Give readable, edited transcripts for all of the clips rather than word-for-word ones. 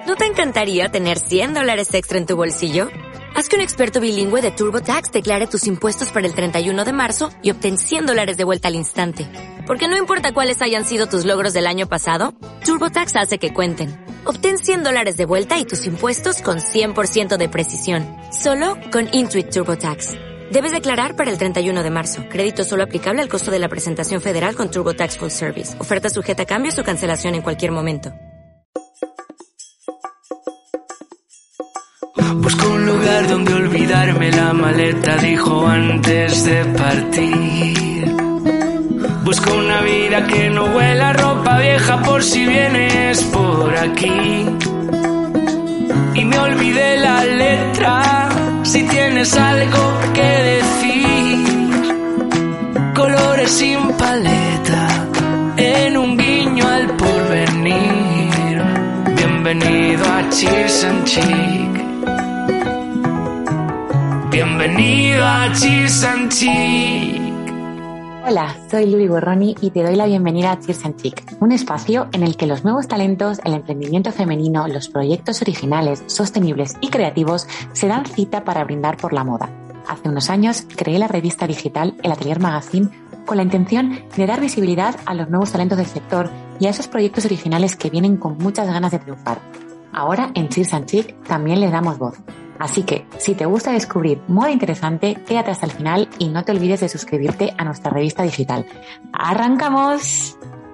¿No te encantaría tener $100 extra en tu bolsillo? Haz que un experto bilingüe de TurboTax declare tus impuestos para el 31 de marzo y obtén $100 de vuelta al instante. Porque no importa cuáles hayan sido tus logros del año pasado, TurboTax hace que cuenten. Obtén $100 de vuelta y tus impuestos con 100% de precisión. Solo con Intuit TurboTax. Debes declarar para el 31 de marzo. Crédito solo aplicable al costo de la presentación federal con TurboTax Full Service. Oferta sujeta a cambios o cancelación en cualquier momento. Busco un lugar donde olvidarme la maleta, dijo antes de partir. Busco una vida que no huela a ropa vieja por si vienes por aquí. Y me olvidé la letra, si tienes algo que decir. Colores sin paleta, en un guiño al porvenir. Bienvenido a Cheers and Chic. Bienvenido a Cheers and Chic. Hola, soy Luli Borroni y te doy la bienvenida a Cheers and Chic, un espacio en el que los nuevos talentos, el emprendimiento femenino, los proyectos originales, sostenibles y creativos se dan cita para brindar por la moda. Hace unos años creé la revista digital El Atelier Magazine con la intención de dar visibilidad a los nuevos talentos del sector y a esos proyectos originales que vienen con muchas ganas de triunfar. Ahora en Cheers and Chic también les damos voz. Así que, si te gusta descubrir moda interesante, quédate hasta el final y no te olvides de suscribirte a nuestra revista digital. ¡Arrancamos!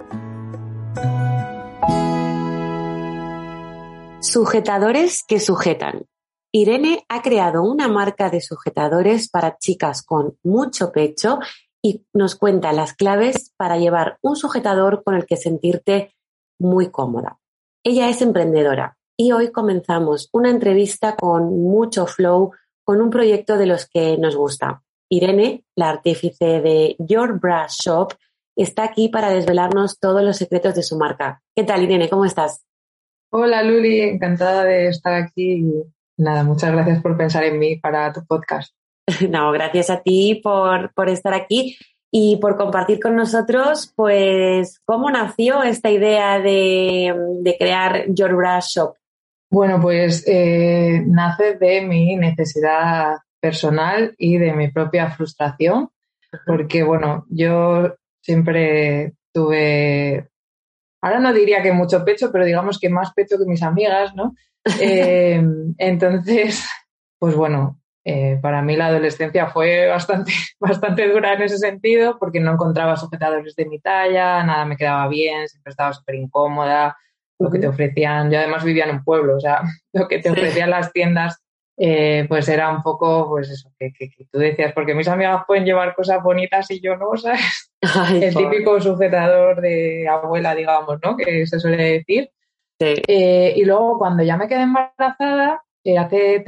Sujetadores que sujetan. Irene ha creado una marca de sujetadores para chicas con mucho pecho y nos cuenta las claves para llevar un sujetador con el que sentirte muy cómoda. Ella es emprendedora. Y hoy comenzamos una entrevista con mucho flow, con un proyecto de los que nos gusta. Irene, la artífice de Your Bra Shop, está aquí para desvelarnos todos los secretos de su marca. ¿Qué tal, Irene? ¿Cómo estás? Hola, Luli. Encantada de estar aquí. Nada, muchas gracias por pensar en mí para tu podcast. No, gracias a ti por estar aquí y por compartir con nosotros, pues, cómo nació esta idea de crear Your Bra Shop. Bueno, pues nace de mi necesidad personal y de mi propia frustración, porque, bueno, yo siempre tuve, ahora no diría que mucho pecho, pero digamos que más pecho que mis amigas, ¿no? Entonces, pues bueno, para mí la adolescencia fue bastante dura en ese sentido, porque no encontraba sujetadores de mi talla, nada me quedaba bien, siempre estaba súper incómoda. Lo que te ofrecían, yo además vivía en un pueblo, o sea, lo que te ofrecían las tiendas, pues era un poco, pues eso, que tú decías, porque mis amigas pueden llevar cosas bonitas y yo no, ¿sabes? Ay, el típico sujetador de abuela, digamos, ¿no? Que se suele decir. Sí. Y luego cuando ya me quedé embarazada, hace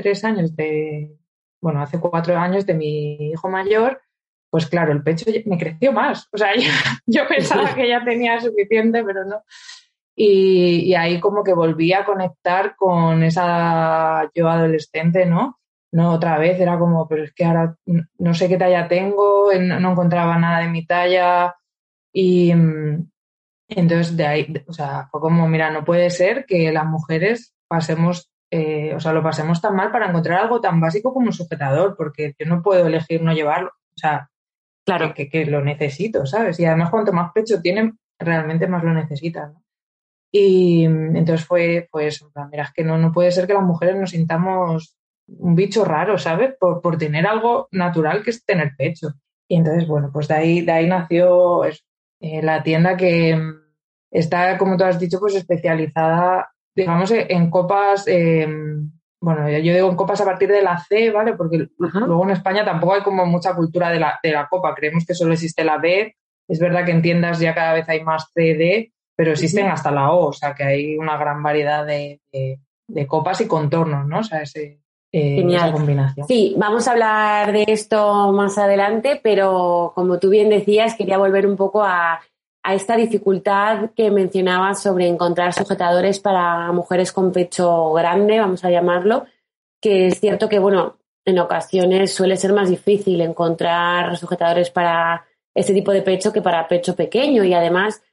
4 años de mi hijo mayor, pues claro, el pecho me creció más, o sea, yo pensaba que ya tenía suficiente, pero no. Y ahí como que volví a conectar con esa yo adolescente, ¿no? No, otra vez era como, pero es que ahora no sé qué talla tengo, no encontraba nada de mi talla y entonces de ahí, o sea, fue como, mira, no puede ser que las mujeres lo pasemos tan mal para encontrar algo tan básico como un sujetador, porque yo no puedo elegir no llevarlo, o sea, claro que lo necesito, ¿sabes? Y además cuanto más pecho tienen, realmente más lo necesitan, ¿no? Y entonces fue eso, mira, es que no puede ser que las mujeres nos sintamos un bicho raro, ¿sabes? Por tener algo natural que es tener pecho. Y entonces, bueno, pues de ahí nació la tienda que está, como tú has dicho, pues especializada, digamos, en copas, bueno, yo digo en copas a partir de la C, ¿vale? Porque luego en España tampoco hay como mucha cultura de la copa, creemos que solo existe la B, es verdad que en tiendas ya cada vez hay más C, D, pero existen hasta la O, o sea que hay una gran variedad de copas y contornos, ¿no? O sea, esa combinación. Sí, vamos a hablar de esto más adelante, pero como tú bien decías, quería volver un poco a esta dificultad que mencionabas sobre encontrar sujetadores para mujeres con pecho grande, vamos a llamarlo, que es cierto que, bueno, en ocasiones suele ser más difícil encontrar sujetadores para este tipo de pecho que para pecho pequeño y además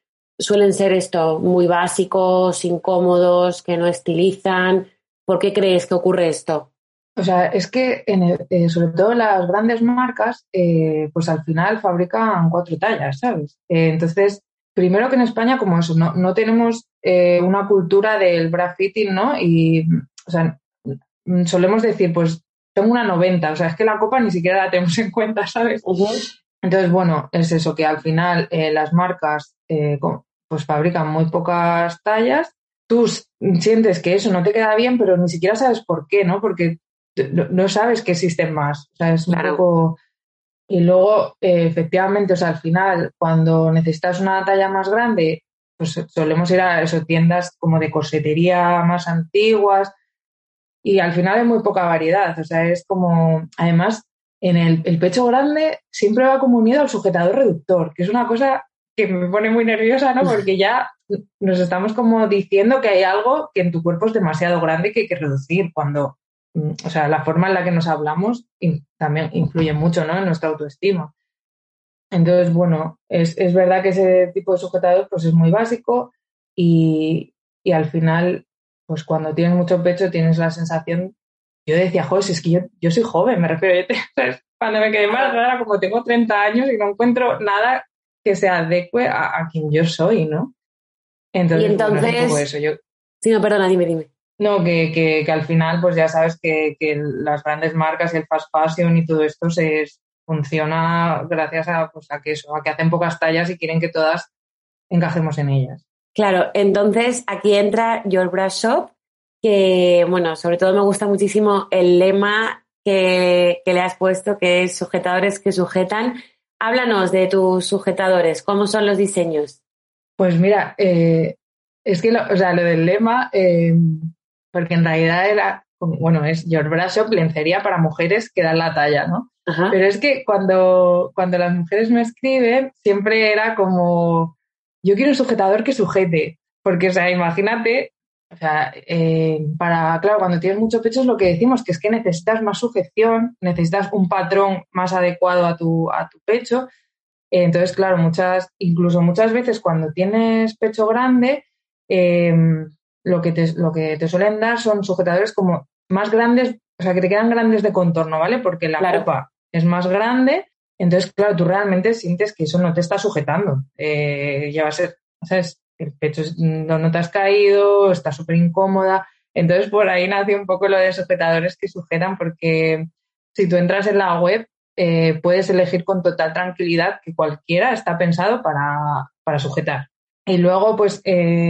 suelen ser esto, muy básicos, incómodos, que no estilizan. ¿Por qué crees que ocurre esto? O sea, es que sobre todo las grandes marcas, pues al final fabrican 4 tallas, ¿sabes? Entonces, primero que en España, como eso, no tenemos una cultura del bra fitting, ¿no? Y, o sea, solemos decir, pues tengo una 90, o sea, es que la copa ni siquiera la tenemos en cuenta, ¿sabes? Uh-huh. Entonces, bueno, es eso, que al final las marcas pues fabrican muy pocas tallas. Tú sientes que eso no te queda bien, pero ni siquiera sabes por qué, ¿no? Porque no sabes que existen más. O sea, es un poco... Y luego, efectivamente, o sea, al final, cuando necesitas una talla más grande, pues solemos ir a eso, tiendas como de corsetería más antiguas y al final hay muy poca variedad. O sea, es como... Además, en el pecho grande siempre va como unido al sujetador reductor, que es una cosa que me pone muy nerviosa, ¿no? Porque ya nos estamos como diciendo que hay algo que en tu cuerpo es demasiado grande y que hay que reducir cuando... O sea, la forma en la que nos hablamos también influye mucho, ¿no? En nuestra autoestima. Entonces, bueno, es verdad que ese tipo de sujetador pues es muy básico y al final, pues cuando tienes mucho pecho tienes la sensación... Yo decía, joder, si es que yo soy joven, me refiero, cuando me quedé embarazada, como tengo 30 años y no encuentro nada que se adecue a quien yo soy, ¿no? Entonces, bueno, es un poco eso. Sí, no, perdona, dime. No, que al final, pues ya sabes que las grandes marcas y el fast fashion y todo esto funciona gracias pues a que hacen pocas tallas y quieren que todas encajemos en ellas. Claro, entonces aquí entra Your Bra Shop, que, bueno, sobre todo me gusta muchísimo el lema que le has puesto, que es sujetadores que sujetan. Háblanos de tus sujetadores, ¿cómo son los diseños? Pues mira, es que lo del lema, porque en realidad era, bueno, es Your Bra Shop, lencería para mujeres que dan la talla, ¿no? Ajá. Pero es que cuando las mujeres me escriben, siempre era como, yo quiero un sujetador que sujete, porque, o sea, imagínate, o sea, claro, cuando tienes mucho pecho es lo que decimos, que es que necesitas más sujeción, necesitas un patrón más adecuado a tu pecho. Entonces, claro, incluso muchas veces cuando tienes pecho grande, lo que te suelen dar son sujetadores como más grandes, o sea, que te quedan grandes de contorno, ¿vale? Porque la copa es más grande, entonces, claro, tú realmente sientes que eso no te está sujetando. Ya va a ser, ¿sabes? El pecho no te has caído, está súper incómoda. Entonces, por ahí nació un poco lo de sujetadores que sujetan, porque si tú entras en la web, puedes elegir con total tranquilidad que cualquiera está pensado para sujetar. Y luego, pues,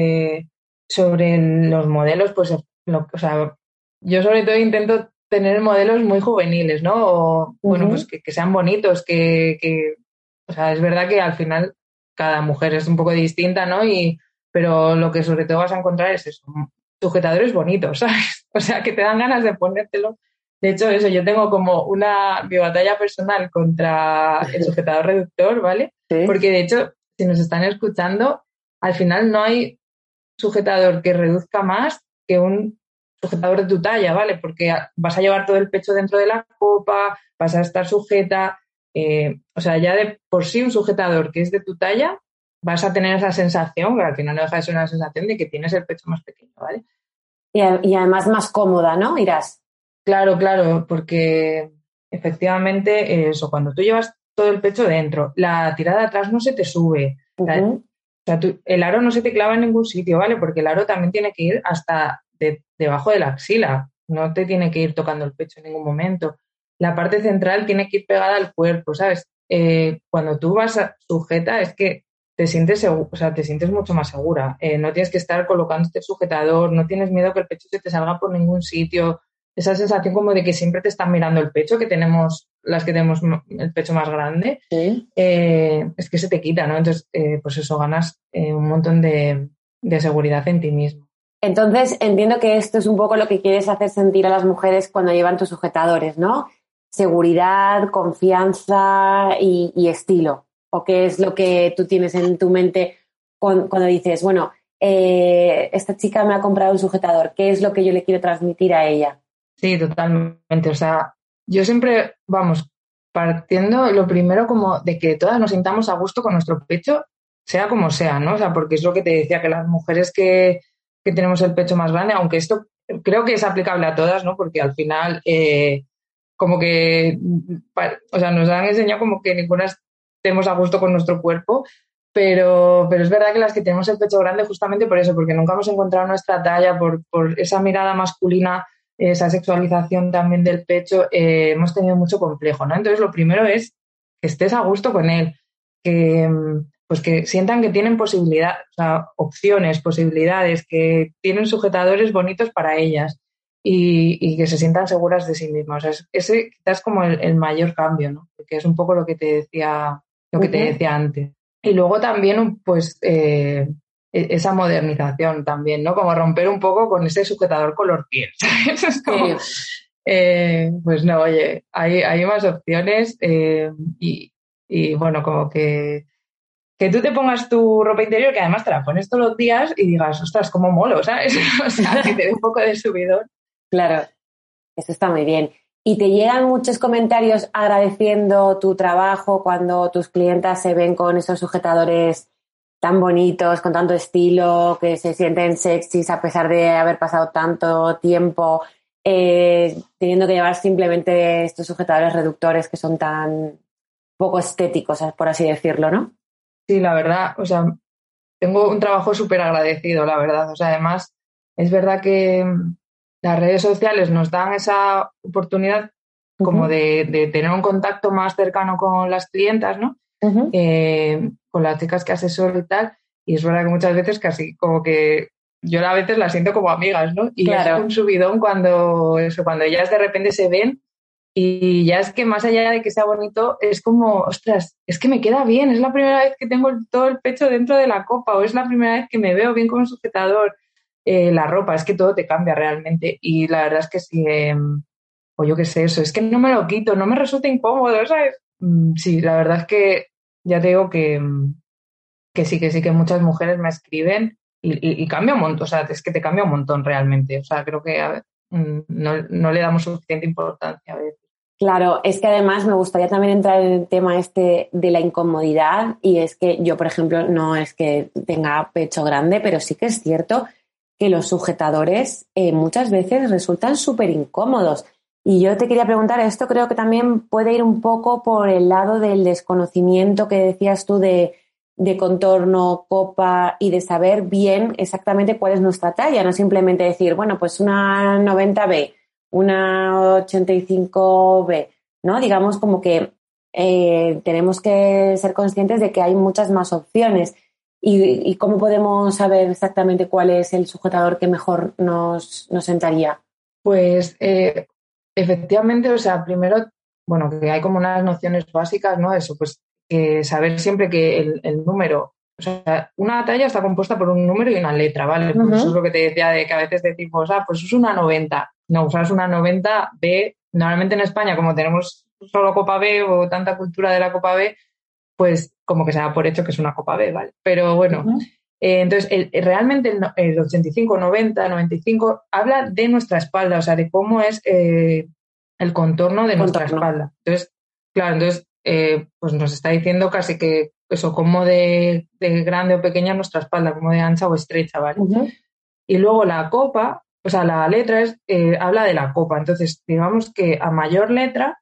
sobre los modelos, pues, o sea, yo sobre todo intento tener modelos muy juveniles, ¿no? O, bueno, pues que sean bonitos, o sea, es verdad que al final cada mujer es un poco distinta, ¿no? Pero lo que sobre todo vas a encontrar es eso, sujetadores bonitos, ¿sabes? O sea, que te dan ganas de ponértelo. De hecho, eso, yo tengo como mi batalla personal contra el sujetador reductor, ¿vale? Sí. Porque, de hecho, si nos están escuchando, al final no hay sujetador que reduzca más que un sujetador de tu talla, ¿vale? Porque vas a llevar todo el pecho dentro de la copa, vas a estar sujeta. O sea, ya de por sí un sujetador que es de tu talla, vas a tener esa sensación, que al final no deja de ser una sensación de que tienes el pecho más pequeño, ¿vale? Y además más cómoda, ¿no? Irás. Claro, porque efectivamente eso, cuando tú llevas todo el pecho dentro, la tirada de atrás no se te sube. O sea, el aro no se te clava en ningún sitio, ¿vale? Porque el aro también tiene que ir hasta debajo de la axila, no te tiene que ir tocando el pecho en ningún momento. La parte central tiene que ir pegada al cuerpo, ¿sabes? Cuando tú vas sujeta es que te sientes mucho más segura. No tienes que estar colocando este sujetador, no tienes miedo que el pecho se te salga por ningún sitio. Esa sensación como de que siempre te están mirando el pecho, las que tenemos el pecho más grande, ¿sí? Es que se te quita, ¿no? Entonces, pues eso, ganas un montón de seguridad en ti mismo. Entonces, entiendo que esto es un poco lo que quieres hacer sentir a las mujeres cuando llevan tus sujetadores, ¿no? Seguridad, confianza y estilo. ¿O qué es lo que tú tienes en tu mente cuando dices, bueno, esta chica me ha comprado un sujetador, ¿qué es lo que yo le quiero transmitir a ella? Sí, totalmente. O sea, yo siempre, partiendo lo primero como de que todas nos sintamos a gusto con nuestro pecho sea como sea, ¿no? O sea, porque es lo que te decía, que las mujeres que tenemos el pecho más grande, aunque esto creo que es aplicable a todas, ¿no? Porque al final, como que, o sea, nos han enseñado como que ninguna estemos a gusto con nuestro cuerpo, pero es verdad que las que tenemos el pecho grande justamente por eso, porque nunca hemos encontrado nuestra talla, por esa mirada masculina, esa sexualización también del pecho, hemos tenido mucho complejo, ¿no? Entonces, lo primero es que estés a gusto con él, pues que sientan que tienen posibilidad, o sea, opciones, posibilidades, que tienen sujetadores bonitos para ellas y que se sientan seguras de sí mismas. O sea, ese quizás es como el mayor cambio, ¿no? Porque es un poco lo que te decía, antes. Y luego también, pues, esa modernización también, ¿no? Como romper un poco con ese sujetador color piel, ¿sabes? Es como, pues no, oye, hay más opciones y bueno, como que tú te pongas tu ropa interior, que además te la pones todos los días y digas, ostras, cómo molo, ¿sabes? O sea, que te dé un poco de subidón. Claro, eso está muy bien. ¿Y te llegan muchos comentarios agradeciendo tu trabajo cuando tus clientas se ven con esos sujetadores tan bonitos, con tanto estilo, que se sienten sexys a pesar de haber pasado tanto tiempo teniendo que llevar simplemente estos sujetadores reductores que son tan poco estéticos, por así decirlo, ¿no? Sí, la verdad, o sea, tengo un trabajo súper agradecido, la verdad. O sea, además, es verdad que las redes sociales nos dan esa oportunidad como de tener un contacto más cercano con las clientas, ¿no? Con las chicas que asesoro y tal. Y es verdad que muchas veces casi como que yo a veces las siento como amigas, ¿no? Y claro, es un subidón cuando ellas de repente se ven y ya es que más allá de que sea bonito, es como, ostras, es que me queda bien, es la primera vez que tengo todo el pecho dentro de la copa o es la primera vez que me veo bien con un sujetador, la ropa, es que todo te cambia realmente y la verdad es que sí, o yo qué sé, eso, es que no me lo quito, no me resulta incómodo, ¿sabes? Sí, la verdad es que ya te digo que sí, que muchas mujeres me escriben y cambia un montón, o sea, es que te cambia un montón realmente, o sea, creo que no le damos suficiente importancia a veces. Claro, es que además me gustaría también entrar en el tema este de la incomodidad y es que yo, por ejemplo, no es que tenga pecho grande, pero sí que es cierto que los sujetadores muchas veces resultan súper incómodos. Y yo te quería preguntar, esto creo que también puede ir un poco por el lado del desconocimiento que decías tú de contorno, copa y de saber bien exactamente cuál es nuestra talla, no simplemente decir, bueno, pues una 90B, una 85B, ¿no? Digamos como que tenemos que ser conscientes de que hay muchas más opciones y cómo podemos saber exactamente cuál es el sujetador que mejor nos sentaría. Pues efectivamente, o sea, primero, bueno, que hay como unas nociones básicas, ¿no? Eso, pues saber siempre que el número, o sea, una talla está compuesta por un número y una letra, ¿vale? Pues eso es lo que te decía de que a veces decimos, pues es una 90. No, usas una 90B. Normalmente en España, como tenemos solo Copa B o tanta cultura de la Copa B, pues como que se da por hecho que es una Copa B, ¿vale? Pero bueno, entonces realmente el 85, 90, 95 habla de nuestra espalda, o sea, de cómo es el contorno de nuestra espalda. Entonces, claro, pues nos está diciendo casi que eso, como de grande o pequeña nuestra espalda, como de ancha o estrecha, ¿vale? Y luego la copa, o sea, la letra habla de la copa. Entonces, digamos que a mayor letra,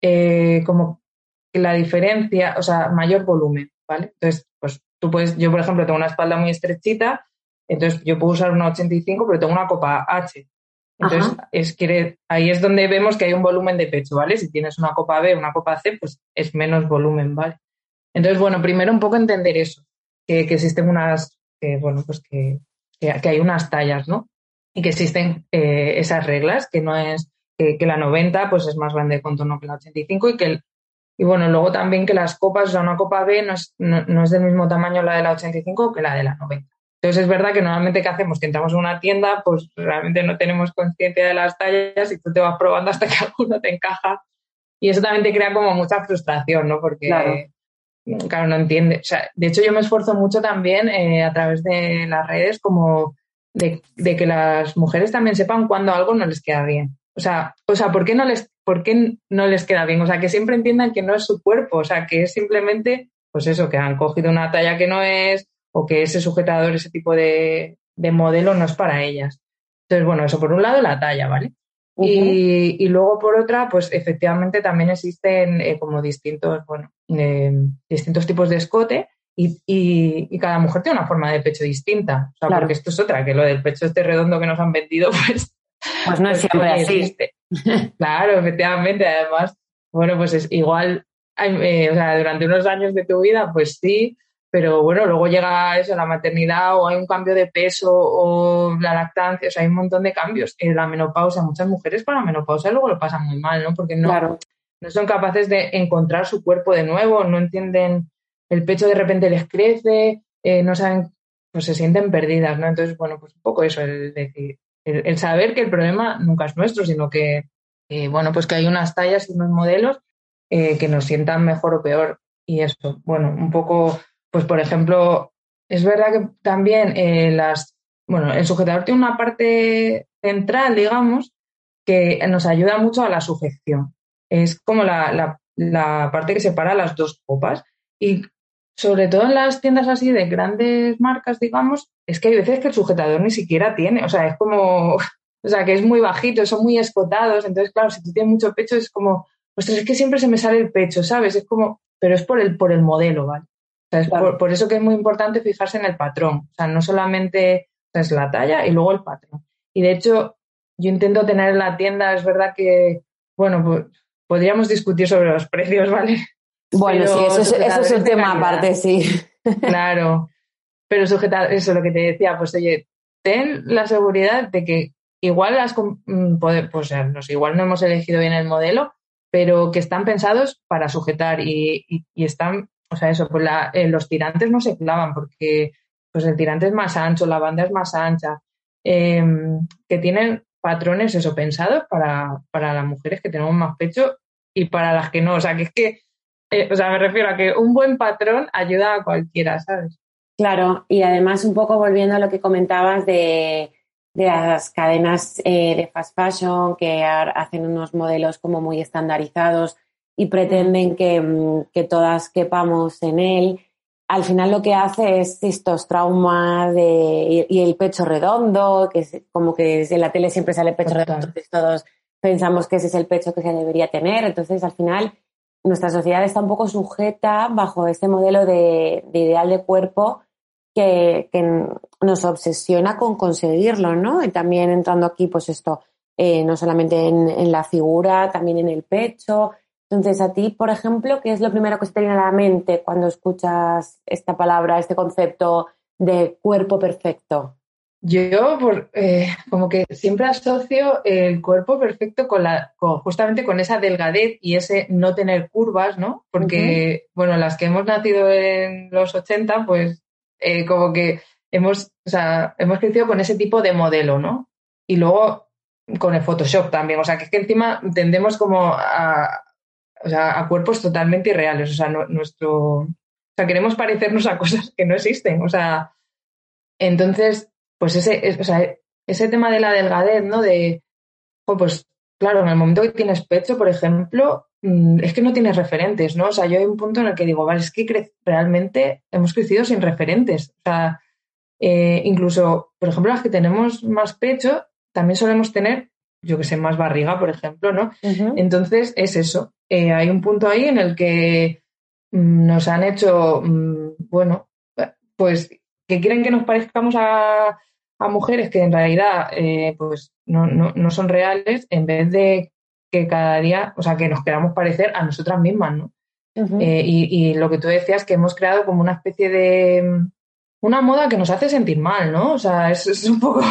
como que la diferencia, o sea, mayor volumen, ¿vale? Entonces, pues tú puedes, yo por ejemplo tengo una espalda muy estrechita, entonces yo puedo usar una 85, pero tengo una copa H. Entonces, ahí es donde vemos que hay un volumen de pecho, ¿vale? Si tienes una copa B, una copa C, pues es menos volumen, ¿vale? Entonces, bueno, primero un poco entender eso, que existen que hay unas tallas, ¿no? Y que existen esas reglas, que no es que la 90 pues es más grande de contorno que la 85 y bueno, luego también que las copas, o sea, una copa B no es del mismo tamaño la de la 85 que la de la 90. Entonces es verdad que normalmente ¿qué hacemos? Que entramos en una tienda, pues realmente no tenemos conciencia de las tallas y tú te vas probando hasta que alguno te encaja y eso también te crea como mucha frustración, ¿no? Porque claro, no entiende. O sea, de hecho yo me esfuerzo mucho también a través de las redes como de que las mujeres también sepan cuando algo no les queda bien. O sea, ¿por qué no les queda bien? O sea, que siempre entiendan que no es su cuerpo, o sea, que es simplemente pues eso, que han cogido una talla que no es, o que ese sujetador, ese tipo de modelo no es para ellas. Entonces, bueno, eso por un lado la talla, ¿vale? Uh-huh. Y luego por otra, pues efectivamente también existen como distintos tipos de escote y cada mujer tiene una forma de pecho distinta. O sea, claro. porque esto es otra, que lo del pecho este redondo que nos han vendido, pues no es siempre así. Existe. Claro, efectivamente, además, bueno, pues es igual, o sea, durante unos años de tu vida, pues sí, pero bueno, luego llega eso, la maternidad o hay un cambio de peso o la lactancia, o sea, hay un montón de cambios. En la menopausia, muchas mujeres con la menopausia luego lo pasan muy mal, ¿no? Porque no son capaces de encontrar su cuerpo de nuevo, no entienden, el pecho de repente les crece, no saben, pues se sienten perdidas, ¿no? Entonces, bueno, pues un poco eso, el saber que el problema nunca es nuestro, sino que, bueno, pues que hay unas tallas y unos modelos que nos sientan mejor o peor. Y eso, bueno, un poco, pues por ejemplo, es verdad que también el sujetador tiene una parte central, digamos, que nos ayuda mucho a la sujeción. Es como la parte que separa las dos copas. Y sobre todo en las tiendas así de grandes marcas, digamos, es que hay veces que el sujetador ni siquiera tiene, o sea, es como, o sea, que es muy bajito, son muy escotados, entonces, claro, si tú tienes mucho pecho es como, ostras, es que siempre se me sale el pecho, ¿sabes? Es como, pero es por el modelo, ¿vale? O sea, es por eso que es muy importante fijarse en el patrón, o sea, no solamente es la talla y luego el patrón. Y de hecho, yo intento tener en la tienda, es verdad que, bueno, pues podríamos discutir sobre los precios, ¿vale? Bueno, pero sí, eso es un tema aparte, sí. Claro, pero sujetar, eso es lo que te decía, pues oye, ten la seguridad de que igual igual no hemos elegido bien el modelo, pero que están pensados para sujetar y están, o sea, eso, pues los tirantes no se clavan porque pues el tirante es más ancho, la banda es más ancha, que tienen patrones eso pensados para las mujeres que tenemos más pecho y para las que no, o sea, que es que o sea, me refiero a que un buen patrón ayuda a cualquiera, ¿sabes? Claro, y además un poco volviendo a lo que comentabas de las cadenas de fast fashion que hacen unos modelos como muy estandarizados y pretenden que todas quepamos en él, al final lo que hace es estos traumas y el pecho redondo, que es como que en la tele siempre sale el pecho redondo, entonces todos pensamos que ese es el pecho que se debería tener, entonces al final nuestra sociedad está un poco sujeta bajo este modelo de ideal de cuerpo que nos obsesiona con conseguirlo, ¿no? Y también entrando aquí, pues esto, no solamente en la figura, también en el pecho. Entonces, a ti, por ejemplo, ¿qué es lo primero que se te viene a la mente cuando escuchas esta palabra, este concepto de cuerpo perfecto? Yo como que siempre asocio el cuerpo perfecto justamente con esa delgadez y ese no tener curvas, ¿no? Porque, bueno, las que hemos nacido en los 80, pues como que hemos crecido con ese tipo de modelo, ¿no? Y luego con el Photoshop también, o sea, que es que encima tendemos como a cuerpos totalmente irreales, o sea, queremos parecernos a cosas que no existen, o sea, entonces pues ese tema de la delgadez, ¿no? Pues claro, en el momento que tienes pecho, por ejemplo, es que no tienes referentes, ¿no? O sea, yo hay un punto en el que digo, vale, es que realmente hemos crecido sin referentes. O sea, incluso, por ejemplo, las que tenemos más pecho, también solemos tener, yo que sé, más barriga, por ejemplo, ¿no? Uh-huh. Entonces, es eso. Hay un punto ahí en el que nos han hecho, bueno, pues que quieren que nos parezcamos a mujeres que en realidad pues no son reales, en vez de que cada día, o sea, que nos queramos parecer a nosotras mismas, ¿no? Uh-huh. Y lo que tú decías, que hemos creado como una especie de una moda que nos hace sentir mal, ¿no? O sea, es un poco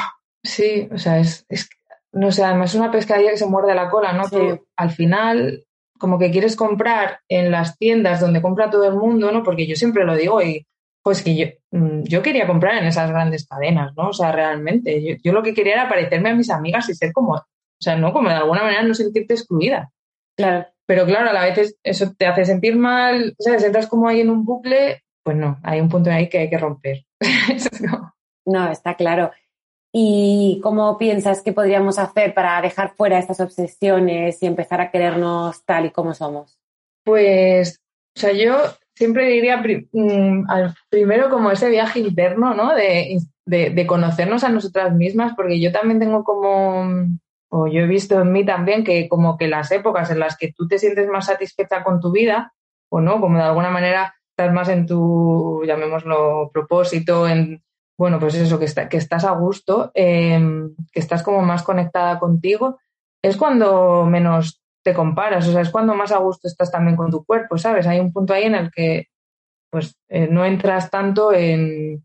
sí, o sea, no sé, además es una pescadilla que se muerde la cola, ¿no? Sí. Tú, al final, como que quieres comprar en las tiendas donde compra todo el mundo, ¿no? Porque yo siempre lo digo y pues que yo quería comprar en esas grandes cadenas, ¿no? O sea, realmente, yo lo que quería era parecerme a mis amigas y ser como, o sea, ¿no? Como de alguna manera no sentirte excluida. Claro. Pero claro, a la vez eso te hace sentir mal, ¿sabes? Entras como ahí en un bucle, pues no, hay un punto ahí que hay que romper. No, está claro. ¿Y cómo piensas que podríamos hacer para dejar fuera estas obsesiones y empezar a querernos tal y como somos? Pues, o sea, yo siempre diría primero como ese viaje interno, ¿no? De conocernos a nosotras mismas, porque yo también tengo o yo he visto en mí también que como que las épocas en las que tú te sientes más satisfecha con tu vida, o no, como de alguna manera estás más en tu, llamémoslo, propósito, bueno, pues eso, que estás a gusto, que estás como más conectada contigo, es cuando menos te comparas, o sea, es cuando más a gusto estás también con tu cuerpo, ¿sabes? Hay un punto ahí en el que pues no entras tanto en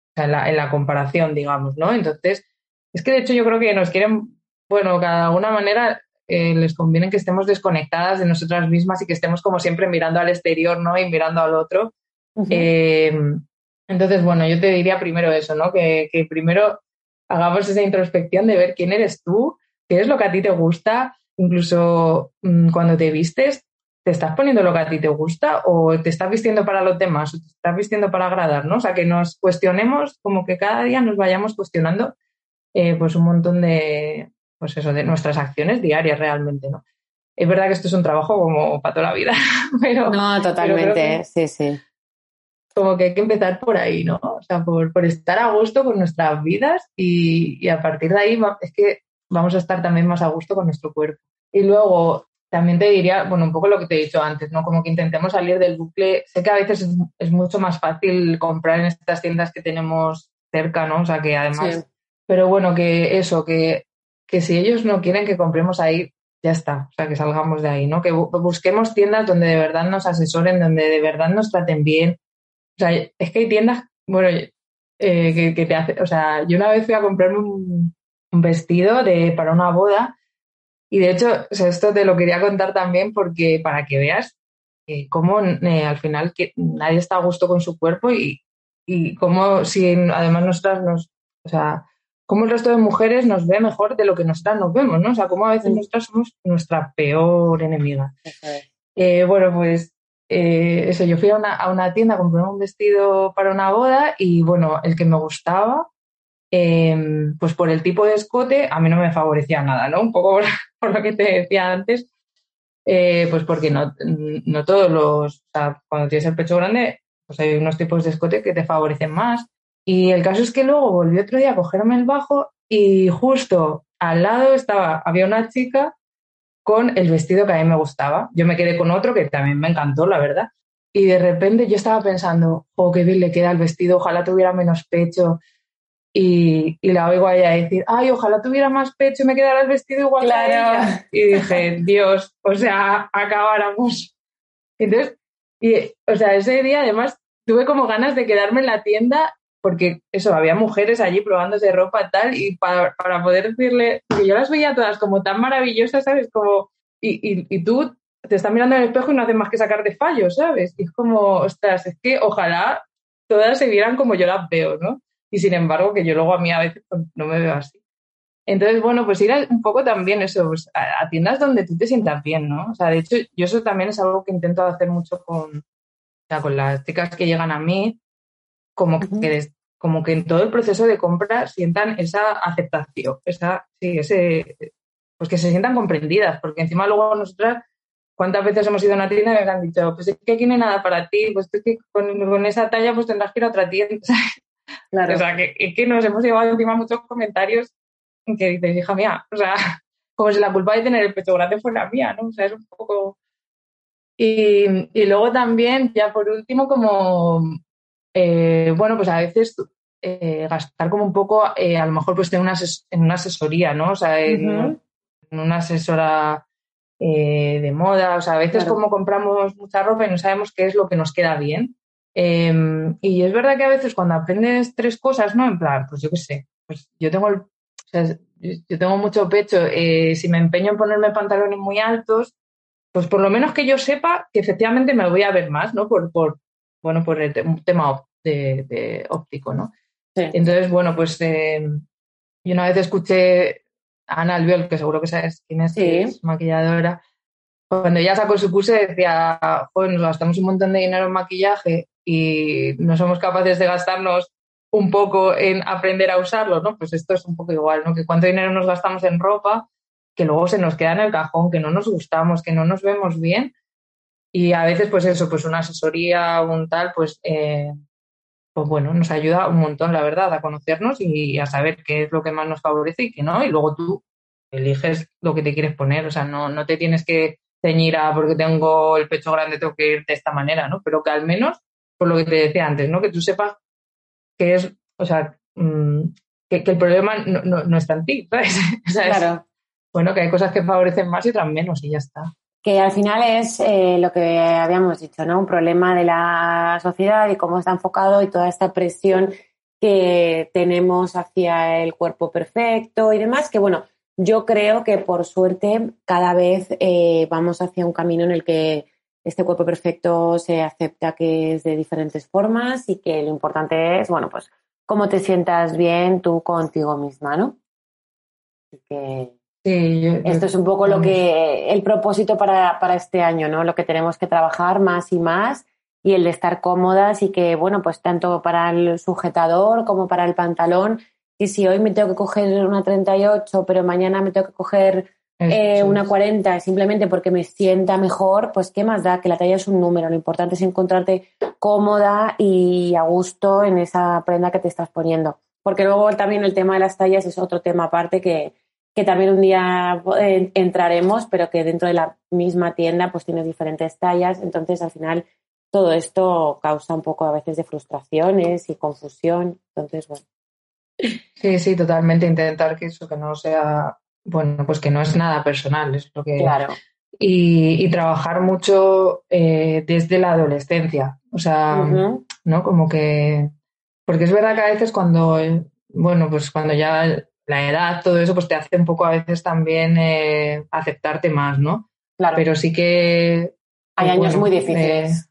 la comparación, digamos, ¿no? Entonces, es que de hecho yo creo que nos quieren, bueno, de alguna manera les conviene que estemos desconectadas de nosotras mismas y que estemos como siempre mirando al exterior, ¿no? Y mirando al otro. Uh-huh. Entonces, bueno, yo te diría primero eso, ¿no? Que primero hagamos esa introspección de ver quién eres tú, qué es lo que a ti te gusta, incluso cuando te vistes, ¿te estás poniendo lo que a ti te gusta o te estás vistiendo para los demás o te estás vistiendo para agradar, ¿no? O sea, que nos cuestionemos, como que cada día nos vayamos cuestionando pues un montón de, pues eso, de nuestras acciones diarias realmente, ¿no? Es verdad que esto es un trabajo como para toda la vida, pero... No, totalmente, sí. Como que hay que empezar por ahí, ¿no? O sea, por estar a gusto con nuestras vidas y a partir de ahí es que vamos a estar también más a gusto con nuestro cuerpo. Y luego también te diría, bueno, un poco lo que te he dicho antes, ¿no? Como que intentemos salir del bucle. Sé que a veces es mucho más fácil comprar en estas tiendas que tenemos cerca, ¿no? O sea, que además... Sí. Pero bueno, que eso, que si ellos no quieren que compremos ahí, ya está. O sea, que salgamos de ahí, ¿no? Que busquemos tiendas donde de verdad nos asesoren, donde de verdad nos traten bien. O sea, es que hay tiendas, bueno, que te hacen... O sea, yo una vez fui a comprarme un vestido para una boda y de hecho, o sea, esto te lo quería contar también porque para que veas cómo al final que nadie está a gusto con su cuerpo y cómo si además nosotras o sea, cómo el resto de mujeres nos ve mejor de lo que nosotras nos vemos, ¿no? O sea, cómo a veces nosotras somos nuestra peor enemiga. Bueno, pues eso, yo fui a una tienda a comprarme un vestido para una boda y bueno, el que me gustaba, pues por el tipo de escote a mí no me favorecía nada, ¿no? Un poco por lo que te decía antes, pues porque no todos o sea, cuando tienes el pecho grande, pues hay unos tipos de escote que te favorecen más. Y el caso es que luego volví otro día a cogerme el bajo y justo al lado había una chica con el vestido que a mí me gustaba. Yo me quedé con otro que también me encantó, la verdad. Y de repente yo estaba pensando, oh, qué bien le queda el vestido, ojalá tuviera menos pecho. Y la oigo a ella decir, ay, ojalá tuviera más pecho y me quedara el vestido igual que a ella. Y dije, Dios, o sea, acabáramos. Entonces, o sea, ese día además tuve como ganas de quedarme en la tienda porque eso, había mujeres allí probándose ropa y tal, y para poder decirle, que yo las veía todas como tan maravillosas, ¿sabes? Como, y tú te estás mirando en el espejo y no haces más que sacar de fallos, ¿sabes? Y es como, ostras, es que ojalá todas se vieran como yo las veo, ¿no? Y sin embargo, que yo luego a mí a veces pues, no me veo así. Entonces, bueno, pues ir un poco también eso, pues, a tiendas donde tú te sientas bien, ¿no? O sea, de hecho, yo eso también es algo que intento hacer mucho con las chicas que llegan a mí, como que en todo el proceso de compra sientan esa aceptación, pues que se sientan comprendidas, porque encima luego nosotras, ¿cuántas veces hemos ido a una tienda y nos han dicho, pues es que aquí no hay nada para ti, pues es que con esa talla pues tendrás que ir a otra tienda? Claro. O sea, que nos hemos llevado encima muchos comentarios que dices, hija mía, o sea, como si la culpa de tener el pecho grande fuera mía, ¿no? O sea, es un poco... Y luego también, ya por último, como... bueno, pues a veces gastar como un poco, a lo mejor pues en una asesoría, ¿no? O sea, en una asesora de moda, o sea, a veces como compramos mucha ropa y no sabemos qué es lo que nos queda bien. Y es verdad que a veces cuando aprendes 3 cosas, ¿no? En plan, pues yo qué sé, pues yo tengo mucho pecho, si me empeño en ponerme pantalones muy altos, pues por lo menos que yo sepa que efectivamente me voy a ver más, ¿no? Por el tema de óptico, ¿no? Sí. Entonces, bueno, pues yo una vez escuché a Ana Albiol, que seguro que sabes quién es, sí, que es maquilladora, cuando ella sacó su curso decía, joder, nos gastamos un montón de dinero en maquillaje y no somos capaces de gastarnos un poco en aprender a usarlo, ¿no? Pues esto es un poco igual, ¿no? Que cuánto dinero nos gastamos en ropa que luego se nos queda en el cajón, que no nos gustamos, que no nos vemos bien. Y a veces, pues eso, pues una asesoría o un tal, pues bueno, nos ayuda un montón, la verdad, a conocernos y a saber qué es lo que más nos favorece y qué no, y luego tú eliges lo que te quieres poner, o sea, no te tienes que ceñir a porque tengo el pecho grande, tengo que ir de esta manera, ¿no? Pero que al menos, por lo que te decía antes, ¿no? Que tú sepas que es, o sea, que el problema no está en ti, ¿sabes? O sea, Claro. Bueno, que hay cosas que favorecen más y otras menos y ya está. Que al final es lo que habíamos dicho, ¿no? Un problema de la sociedad y cómo está enfocado y toda esta presión que tenemos hacia el cuerpo perfecto y demás, que bueno, yo creo que por suerte cada vez vamos hacia un camino en el que este cuerpo perfecto se acepta que es de diferentes formas y que lo importante es, bueno, pues cómo te sientas bien tú contigo misma, ¿no? Así que sí, esto es un poco lo que el propósito para este año, ¿no? Lo que tenemos que trabajar más y más y el de estar cómodas y que, bueno, pues tanto para el sujetador como para el pantalón, y si hoy me tengo que coger una 38, pero mañana me tengo que coger una 40 simplemente porque me sienta mejor, pues qué más da, que la talla es un número. Lo importante es encontrarte cómoda y a gusto en esa prenda que te estás poniendo. Porque luego también el tema de las tallas es otro tema aparte que también un día entraremos, pero que dentro de la misma tienda pues tienes diferentes tallas. Entonces, al final, todo esto causa un poco a veces de frustraciones y confusión. Entonces, bueno. Sí, totalmente. Intentar que eso, que no sea, bueno, pues que no es nada personal, es lo que... Claro. Y trabajar mucho desde la adolescencia. O sea, ¿no? Como que... Porque es verdad que a veces cuando, bueno, pues cuando ya la edad, todo eso, pues te hace un poco a veces también aceptarte más, ¿no? Claro. Pero sí que... Hay años muy difíciles.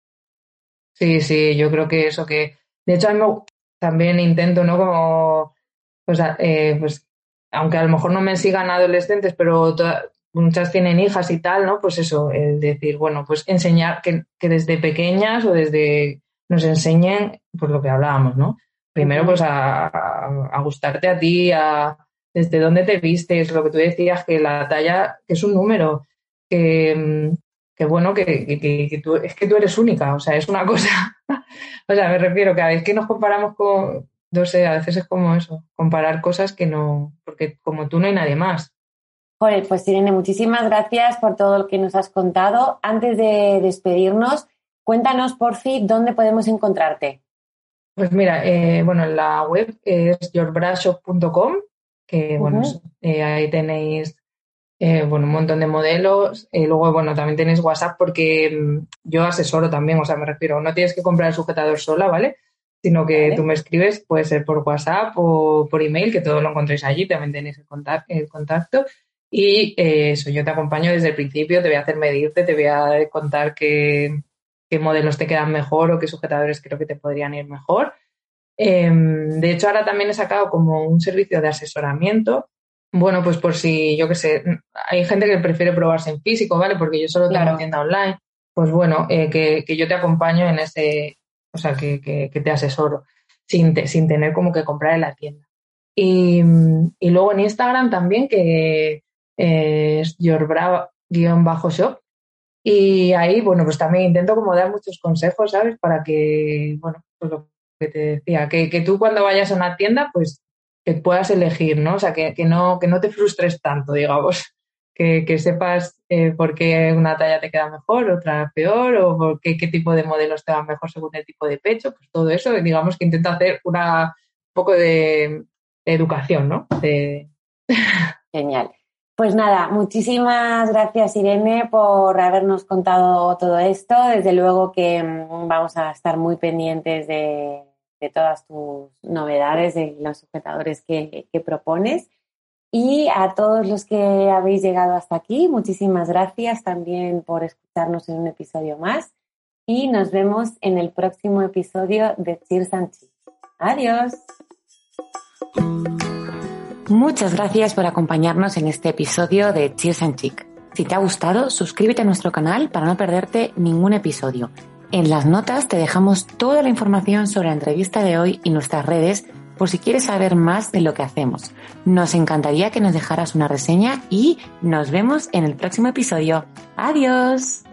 Sí, yo creo que eso que... De hecho, a mí también intento, ¿no? Como... pues aunque a lo mejor no me sigan adolescentes, pero muchas tienen hijas y tal, ¿no? Pues eso, el decir, bueno, pues enseñar que desde pequeñas o desde nos enseñen, pues lo que hablábamos, ¿no? Primero, pues a gustarte a ti, desde dónde te vistes, lo que tú decías, que la talla, que es un número, que bueno, que tú, es que tú eres única, o sea, es una cosa, o sea, me refiero, cada vez que nos comparamos con, no sé, a veces es como eso, comparar cosas que no, porque como tú no hay nadie más. Joder, pues Irene, muchísimas gracias por todo lo que nos has contado. Antes de despedirnos, cuéntanos, por fin, ¿dónde podemos encontrarte? Pues mira, bueno, en la web es yourbrashshop.com, que bueno, ahí tenéis bueno, un montón de modelos. Luego, bueno, también tenéis WhatsApp porque yo asesoro también, o sea, me refiero, no tienes que comprar el sujetador sola, ¿vale? Sino que tú me escribes, puede ser por WhatsApp o por email, que todo lo encontréis allí, también tenéis el contacto. Y eso, yo te acompaño desde el principio, te voy a hacer medirte, te voy a contar qué modelos te quedan mejor o qué sujetadores creo que te podrían ir mejor. De hecho, ahora también he sacado como un servicio de asesoramiento. Bueno, pues por si, yo qué sé, hay gente que prefiere probarse en físico, ¿vale? Porque yo solo tengo tienda online. Pues bueno, que yo te acompaño en ese, o sea, que te asesoro sin tener como que comprar en la tienda. Y luego en Instagram también, que es yourbra_shop. Y ahí, bueno, pues también intento como dar muchos consejos, ¿sabes? Para que, bueno, pues lo que te decía, que tú cuando vayas a una tienda, pues que puedas elegir, ¿no? O sea, que no te frustres tanto, digamos. Que sepas por qué una talla te queda mejor, otra peor, o por qué tipo de modelos te van mejor según el tipo de pecho, pues todo eso, digamos que intento hacer un poco de educación, ¿no? Genial. Pues nada, muchísimas gracias, Irene, por habernos contado todo esto. Desde luego que vamos a estar muy pendientes de todas tus novedades, de los sujetadores que propones. Y a todos los que habéis llegado hasta aquí, muchísimas gracias también por escucharnos en un episodio más. Y nos vemos en el próximo episodio de Cheers and Chic. ¡Adiós! Muchas gracias por acompañarnos en este episodio de Cheers and Chic. Si te ha gustado, suscríbete a nuestro canal para no perderte ningún episodio. En las notas te dejamos toda la información sobre la entrevista de hoy y nuestras redes por si quieres saber más de lo que hacemos. Nos encantaría que nos dejaras una reseña y nos vemos en el próximo episodio. ¡Adiós!